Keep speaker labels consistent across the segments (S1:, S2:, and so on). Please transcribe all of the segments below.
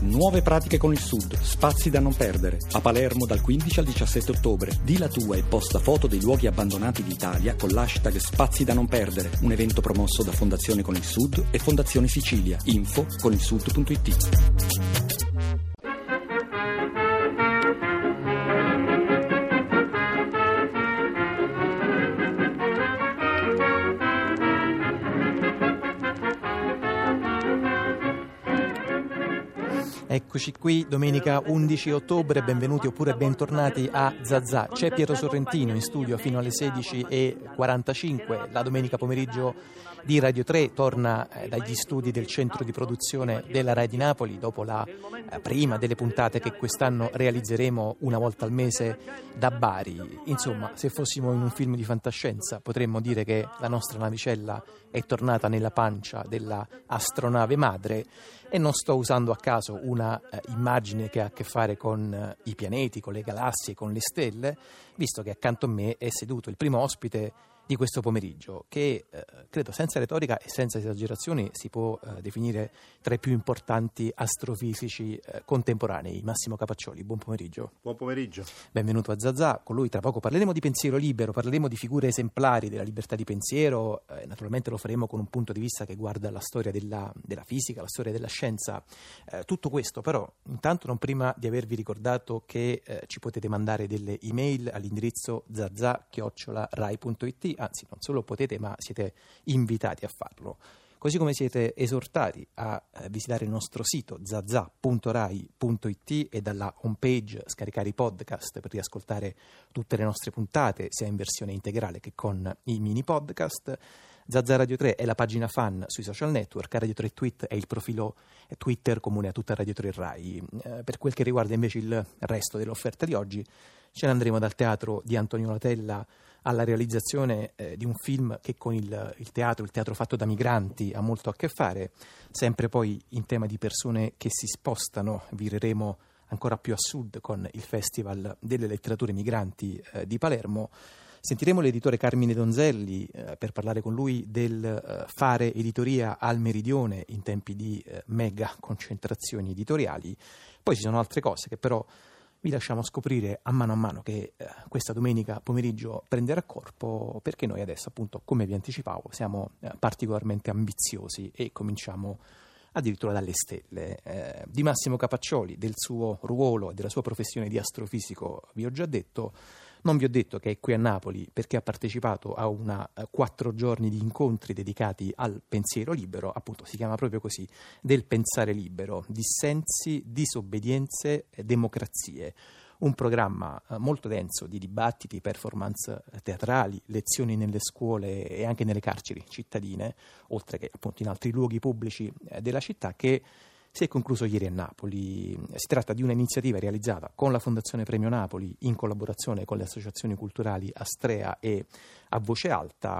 S1: Nuove pratiche con il Sud, spazi da non perdere. A Palermo dal 15 al 17 ottobre. Di la tua e posta foto dei luoghi abbandonati d'Italia con l'hashtag Spazi da non perdere. Un evento promosso da Fondazione Con il Sud e Fondazione Sicilia. Info conilsud.it.
S2: Eccoci qui, domenica 11 ottobre, benvenuti oppure bentornati a Zazà. C'è Pietro Sorrentino in studio fino alle 16:45. La domenica pomeriggio di Radio 3 torna dagli studi del centro di produzione della Rai di Napoli dopo la prima delle puntate che quest'anno realizzeremo una volta al mese da Bari. Insomma, se fossimo in un film di fantascienza potremmo dire che la nostra navicella è tornata nella pancia della astronave madre, e non sto usando a caso una immagine che ha a che fare con i pianeti, con le galassie, con le stelle, visto che accanto a me è seduto il primo ospite di questo pomeriggio, che credo senza retorica e senza esagerazioni si può definire tra i più importanti astrofisici contemporanei. Massimo Capaccioli, buon pomeriggio.
S3: Buon pomeriggio.
S2: Benvenuto a Zazà. Con lui tra poco parleremo di pensiero libero, parleremo di figure esemplari della libertà di pensiero, naturalmente lo faremo con un punto di vista che guarda la storia della fisica, la storia della scienza. Tutto questo però, intanto non prima di avervi ricordato che ci potete mandare delle email all'indirizzo zazà@rai.it. Anzi, non solo potete, ma siete invitati a farlo. Così come siete esortati a visitare il nostro sito zazà.rai.it e dalla homepage scaricare i podcast per riascoltare tutte le nostre puntate, sia in versione integrale che con i mini podcast. Zazà Radio 3 è la pagina fan sui social network, a Radio 3 Tweet è il profilo Twitter comune a tutta Radio 3 Rai. Per quel che riguarda invece il resto dell'offerta di oggi, ce ne andremo dal teatro di Antonio Latella alla realizzazione di un film che con il teatro fatto da migranti ha molto a che fare, sempre poi in tema di persone che si spostano. Vireremo ancora più a sud con il Festival delle Letterature Migranti di Palermo. Sentiremo l'editore Carmine Donzelli per parlare con lui del fare editoria al meridione in tempi di mega concentrazioni editoriali. Poi ci sono altre cose che però vi lasciamo scoprire a mano che questa domenica pomeriggio prenderà corpo, perché noi adesso, appunto, come vi anticipavo, siamo particolarmente ambiziosi e cominciamo addirittura dalle stelle. Di Massimo Capaccioli, del suo ruolo e della sua professione di astrofisico vi ho già detto. Non vi ho detto che è qui a Napoli perché ha partecipato a 4 giorni di incontri dedicati al pensiero libero, appunto si chiama proprio così, del pensare libero, dissensi, disobbedienze, democrazie. Un programma molto denso di dibattiti, performance teatrali, lezioni nelle scuole e anche nelle carceri cittadine, oltre che appunto in altri luoghi pubblici della città, che si è concluso ieri a Napoli. Si tratta di un'iniziativa realizzata con la Fondazione Premio Napoli in collaborazione con le associazioni culturali Astrea e A Voce Alta.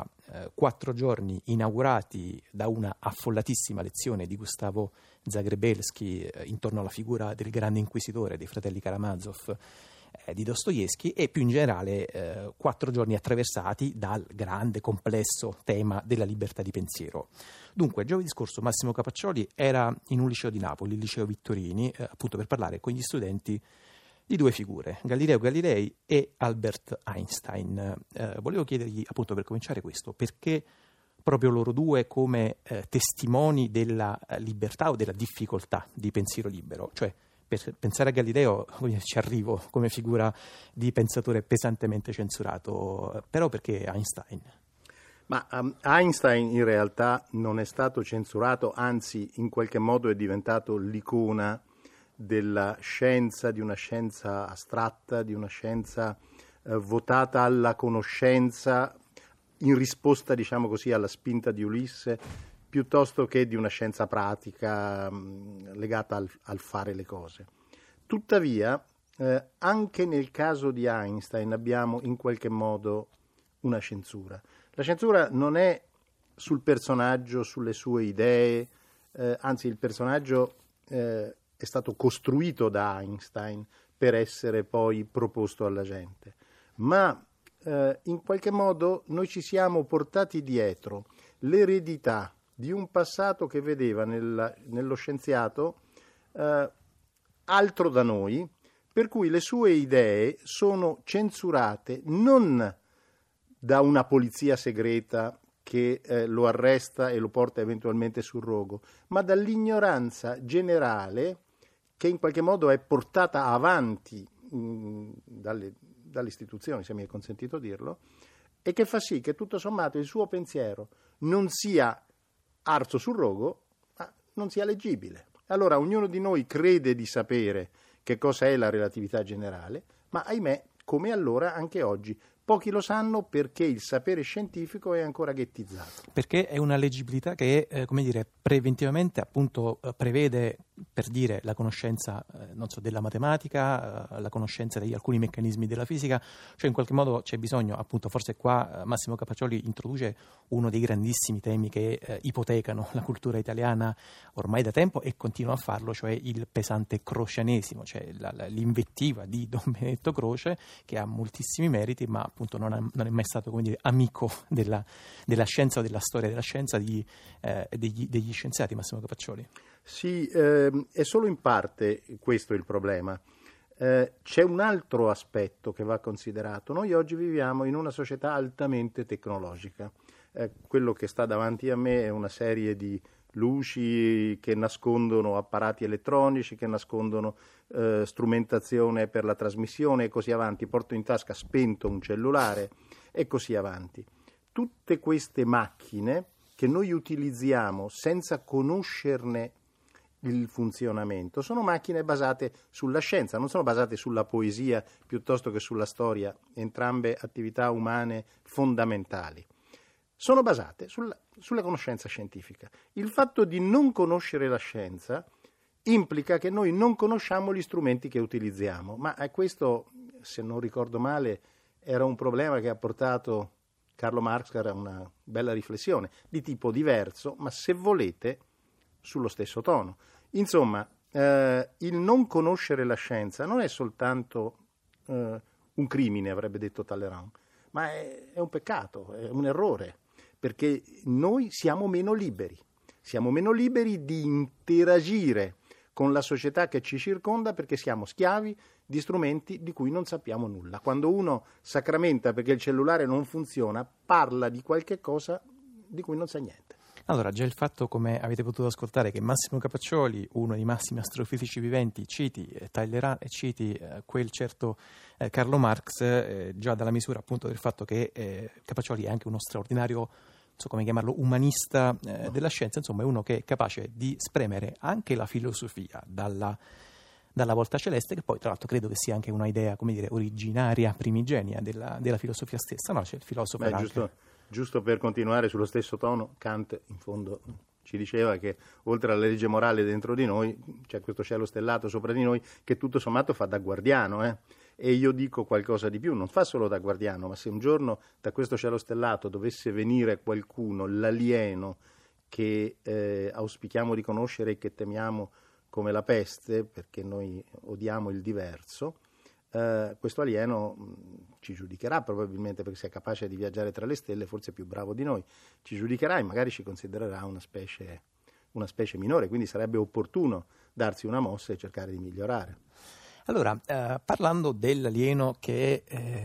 S2: 4 giorni inaugurati da una affollatissima lezione di Gustavo Zagrebelsky intorno alla figura del grande inquisitore dei fratelli Karamazov di Dostoevskij, e più in generale 4 giorni attraversati dal grande complesso tema della libertà di pensiero. Dunque, giovedì scorso Massimo Capaccioli era in un liceo di Napoli, il liceo Vittorini, appunto per parlare con gli studenti di 2 figure, Galileo Galilei e Albert Einstein. Volevo chiedergli, appunto per cominciare questo, perché proprio loro due come testimoni della libertà o della difficoltà di pensiero libero, cioè per pensare a Galileo ci arrivo come figura di pensatore pesantemente censurato, però perché Einstein?
S3: Ma Einstein in realtà non è stato censurato, anzi in qualche modo è diventato l'icona della scienza, di una scienza astratta, di una scienza votata alla conoscenza in risposta, diciamo così, alla spinta di Ulisse, piuttosto che di una scienza pratica legata al fare le cose. Tuttavia, anche nel caso di Einstein abbiamo in qualche modo una censura. La censura non è sul personaggio, sulle sue idee, anzi il personaggio è stato costruito da Einstein per essere poi proposto alla gente, ma in qualche modo noi ci siamo portati dietro l'eredità di un passato che vedeva nello scienziato altro da noi, per cui le sue idee sono censurate non da una polizia segreta che lo arresta e lo porta eventualmente sul rogo, ma dall'ignoranza generale che in qualche modo è portata avanti dalle istituzioni, se mi è consentito dirlo, e che fa sì che tutto sommato il suo pensiero non sia arso sul rogo, ma non sia leggibile. Allora ognuno di noi crede di sapere che cosa è la relatività generale, ma ahimè, come allora, anche oggi, pochi lo sanno perché il sapere scientifico è ancora ghettizzato.
S2: Perché è una leggibilità che, preventivamente appunto prevede, per dire, la conoscenza, della matematica, la conoscenza di alcuni meccanismi della fisica, cioè in qualche modo c'è bisogno, appunto, forse qua Massimo Capaccioli introduce uno dei grandissimi temi che ipotecano la cultura italiana ormai da tempo e continua a farlo, cioè il pesante crocianesimo, cioè l'invettiva di Don Benedetto Croce, che ha moltissimi meriti, ma appunto non è mai stato, come dire, amico della scienza o della storia della scienza degli scienziati. Massimo Capaccioli.
S3: Sì, è solo in parte questo il problema. C'è un altro aspetto che va considerato. Noi oggi viviamo in una società altamente tecnologica. Quello che sta davanti a me è una serie di luci che nascondono apparati elettronici, che nascondono strumentazione per la trasmissione e così avanti. Porto in tasca spento un cellulare e così avanti. Tutte queste macchine che noi utilizziamo senza conoscerne il funzionamento sono macchine basate sulla scienza, non sono basate sulla poesia piuttosto che sulla storia, entrambe attività umane fondamentali. Sono basate sulla conoscenza scientifica. Il fatto di non conoscere la scienza implica che noi non conosciamo gli strumenti che utilizziamo, ma questo, se non ricordo male, era un problema che ha portato Carlo Marx a una bella riflessione di tipo diverso, ma se volete sullo stesso tono. Insomma, il non conoscere la scienza non è soltanto un crimine, avrebbe detto Talleyrand, ma è un peccato, è un errore, perché noi siamo meno liberi di interagire con la società che ci circonda perché siamo schiavi di strumenti di cui non sappiamo nulla. Quando uno sacramenta perché il cellulare non funziona, parla di qualche cosa di cui non sa niente.
S2: Allora, già il fatto, come avete potuto ascoltare, che Massimo Capaccioli, uno dei massimi astrofisici viventi, citi Talleyrand e citi quel certo Carlo Marx, già dalla misura appunto del fatto che Capaccioli è anche uno straordinario, non so come chiamarlo, umanista della scienza, insomma è uno che è capace di spremere anche la filosofia dalla volta celeste, che poi tra l'altro credo che sia anche una idea, come dire, originaria, primigenia della filosofia stessa, no? C'è il filosofo
S3: Giusto per continuare sullo stesso tono, Kant in fondo ci diceva che oltre alla legge morale dentro di noi c'è questo cielo stellato sopra di noi che tutto sommato fa da guardiano, E io dico qualcosa di più, non fa solo da guardiano, ma se un giorno da questo cielo stellato dovesse venire qualcuno, l'alieno che auspichiamo di conoscere e che temiamo come la peste, perché noi odiamo il diverso, questo alieno ci giudicherà probabilmente perché se è capace di viaggiare tra le stelle, forse è più bravo di noi, ci giudicherà e magari ci considererà una specie minore, quindi sarebbe opportuno darsi una mossa e cercare di migliorare.
S2: Allora, parlando dell'alieno che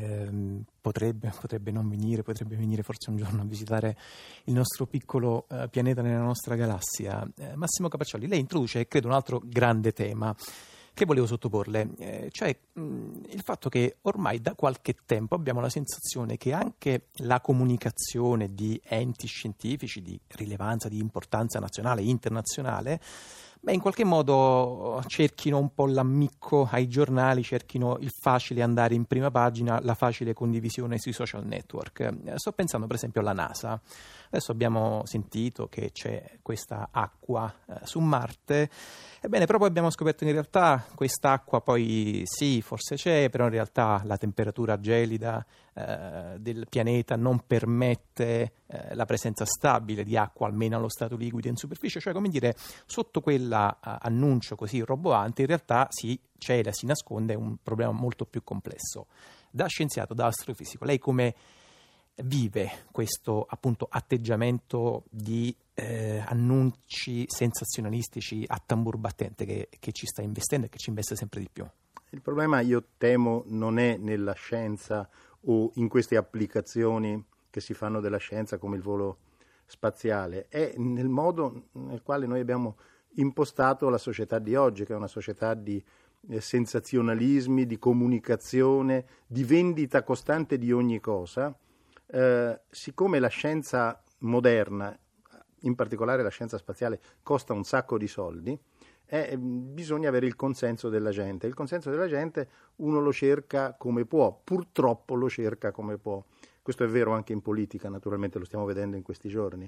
S2: potrebbe non venire, potrebbe venire forse un giorno a visitare il nostro piccolo pianeta nella nostra galassia, Massimo Capaccioli, lei introduce, credo, un altro grande tema che volevo sottoporle, cioè il fatto che ormai da qualche tempo abbiamo la sensazione che anche la comunicazione di enti scientifici di rilevanza, di importanza nazionale e internazionale, in qualche modo cerchino un po' l'ammicco ai giornali, cerchino il facile andare in prima pagina, la facile condivisione sui social network. Sto pensando per esempio alla NASA. Adesso abbiamo sentito che c'è questa acqua su Marte, ebbene però poi abbiamo scoperto che in realtà quest'acqua poi sì, forse c'è, però in realtà la temperatura gelida del pianeta non permette la presenza stabile di acqua, almeno allo stato liquido in superficie, cioè come dire, sotto quell'annuncio così roboante in realtà si nasconde un problema molto più complesso. Da scienziato, da astrofisico, lei come vive questo appunto atteggiamento di annunci sensazionalistici a tambur battente che ci sta investendo e che ci investe sempre di più?
S3: Il problema, io temo, non è nella scienza o in queste applicazioni che si fanno della scienza come il volo spaziale, è nel modo nel quale noi abbiamo impostato la società di oggi, che è una società di sensazionalismi, di comunicazione, di vendita costante di ogni cosa. Siccome la scienza moderna, in particolare la scienza spaziale, costa un sacco di soldi, bisogna avere il consenso della gente. Il consenso della gente uno lo cerca come può, purtroppo lo cerca come può. Questo è vero anche in politica, naturalmente lo stiamo vedendo in questi giorni.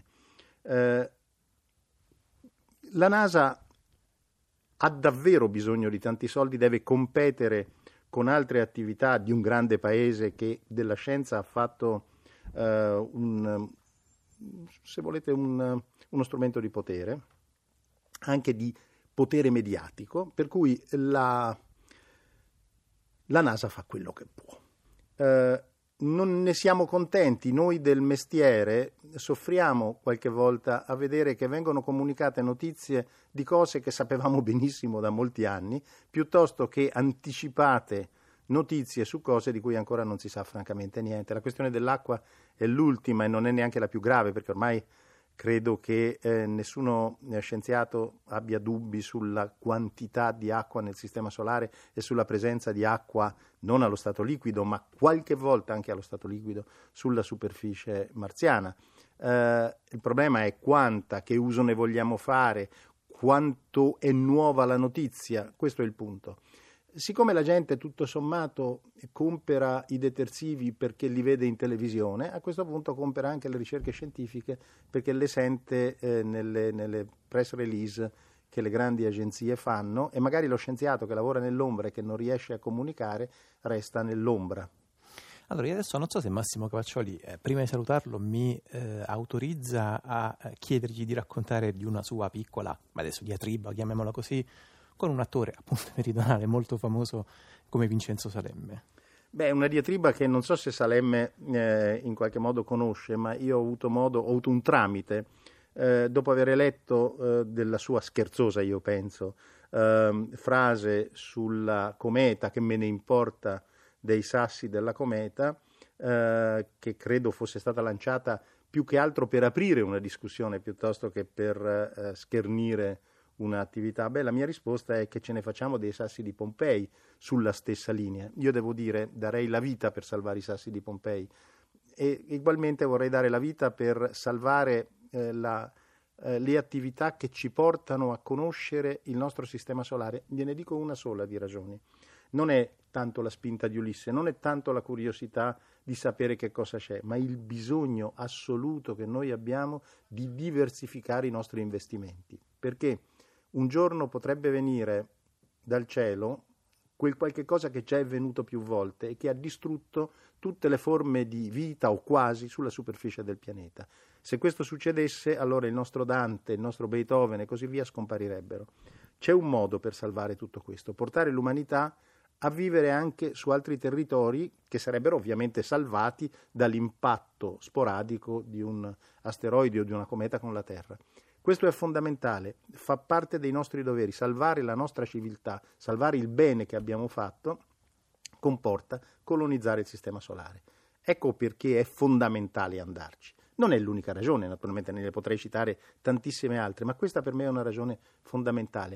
S3: La NASA ha davvero bisogno di tanti soldi, deve competere con altre attività di un grande paese che della scienza ha fatto se volete uno strumento di potere, anche di potere mediatico, per cui la NASA fa quello che può. Non ne siamo contenti, noi del mestiere soffriamo qualche volta a vedere che vengono comunicate notizie di cose che sapevamo benissimo da molti anni, piuttosto che anticipate notizie su cose di cui ancora non si sa francamente niente. La questione dell'acqua è l'ultima e non è neanche la più grave, perché ormai credo che nessuno scienziato abbia dubbi sulla quantità di acqua nel sistema solare e sulla presenza di acqua non allo stato liquido, ma qualche volta anche allo stato liquido sulla superficie marziana. Il problema è quanta, che uso ne vogliamo fare, quanto è nuova la notizia, questo è il punto. Siccome la gente tutto sommato compra i detersivi perché li vede in televisione, a questo punto compra anche le ricerche scientifiche perché le sente nelle press release che le grandi agenzie fanno, e magari lo scienziato che lavora nell'ombra e che non riesce a comunicare resta nell'ombra.
S2: Allora, io adesso non so se Massimo Cavaccioli, prima di salutarlo, mi autorizza a chiedergli di raccontare di una sua piccola, ma adesso diatriba, chiamiamola così, con un attore appunto meridionale molto famoso come Vincenzo Salemme.
S3: Beh, una diatriba che non so se Salemme in qualche modo conosce, ma io ho avuto un tramite, dopo aver letto della sua scherzosa, io penso, frase sulla cometa, che me ne importa dei sassi della cometa, che credo fosse stata lanciata più che altro per aprire una discussione piuttosto che per schernire un'attività. Beh, la mia risposta è che ce ne facciamo dei sassi di Pompei sulla stessa linea. Io devo dire, darei la vita per salvare i sassi di Pompei, e ugualmente vorrei dare la vita per salvare le attività che ci portano a conoscere il nostro sistema solare. Gliene dico una sola di ragioni. Non è tanto la spinta di Ulisse, non è tanto la curiosità di sapere che cosa c'è, ma il bisogno assoluto che noi abbiamo di diversificare i nostri investimenti, perché un giorno potrebbe venire dal cielo quel qualche cosa che già è venuto più volte e che ha distrutto tutte le forme di vita o quasi sulla superficie del pianeta. Se questo succedesse, allora il nostro Dante, il nostro Beethoven e così via scomparirebbero. C'è un modo per salvare tutto questo: portare l'umanità a vivere anche su altri territori che sarebbero ovviamente salvati dall'impatto sporadico di un asteroide o di una cometa con la Terra. Questo è fondamentale, fa parte dei nostri doveri. Salvare la nostra civiltà, salvare il bene che abbiamo fatto, comporta colonizzare il sistema solare. Ecco perché è fondamentale andarci. Non è l'unica ragione, naturalmente ne potrei citare tantissime altre, ma questa per me è una ragione fondamentale.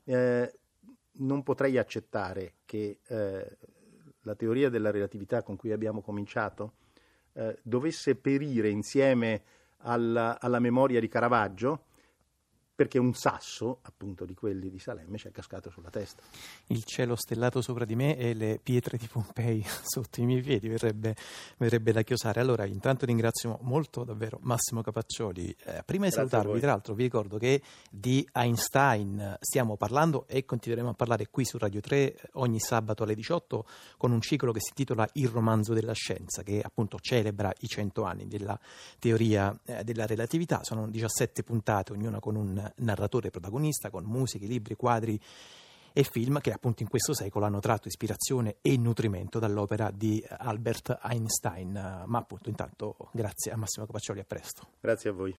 S3: Non potrei accettare che la teoria della relatività con cui abbiamo cominciato dovesse perire insieme alla memoria di Caravaggio, perché un sasso, appunto, di quelli di Salemme ci è cascato sulla testa.
S2: Il cielo stellato sopra di me e le pietre di Pompei sotto i miei piedi, verrebbe da chiosare. Allora, intanto ringrazio molto davvero Massimo Cavaccioli. Prima di salutarvi, tra l'altro, vi ricordo che di Einstein stiamo parlando e continueremo a parlare qui su Radio 3 ogni sabato alle 18 con un ciclo che si intitola Il romanzo della scienza, che appunto celebra i 100 anni della teoria della relatività. Sono 17 puntate, ognuna con un narratore protagonista, con musiche, libri, quadri e film che appunto in questo secolo hanno tratto ispirazione e nutrimento dall'opera di Albert Einstein. Ma appunto intanto grazie a Massimo Capaccioli, a presto.
S3: Grazie a voi.